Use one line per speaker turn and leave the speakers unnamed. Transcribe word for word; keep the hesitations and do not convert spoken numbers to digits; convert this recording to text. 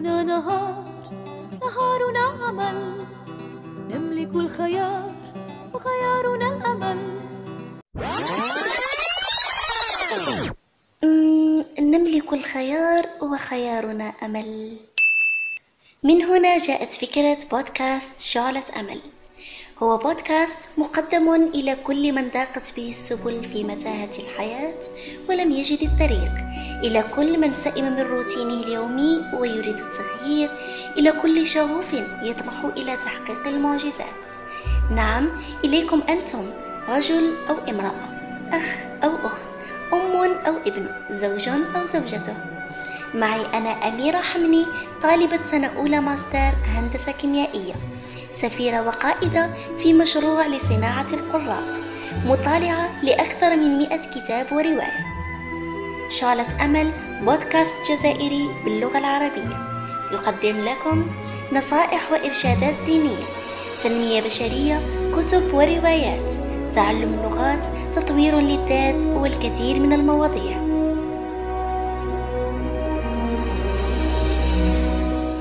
ليلنا نهار، نهارنا عمل، نملك الخيار وخيارنا الأمل.
نملك الخيار وخيارنا أمل. من هنا جاءت فكرة بودكاست شعلة أمل. هو بودكاست مقدم إلى كل من ضاقت به السبل في متاهة الحياة ولم يجد الطريق، إلى كل من سئم من روتينه اليومي ويريد التغيير، إلى كل شغوف يطمح إلى تحقيق المعجزات. نعم، إليكم أنتم، رجل أو امرأة، أخ أو أخت، أم أو ابن، زوج أو زوجته. معي أنا أميرة حمني، طالبة سنة أولى ماستر هندسة كيميائية، سفيرة وقائدة في مشروع لصناعة القراء، مطالعة لأكثر من مئة كتاب ورواية. شعلة أمل بودكاست جزائري باللغة العربية، يقدم لكم نصائح وإرشادات دينية، تنمية بشرية، كتب وروايات، تعلم اللغات، تطوير للذات والكثير من المواضيع.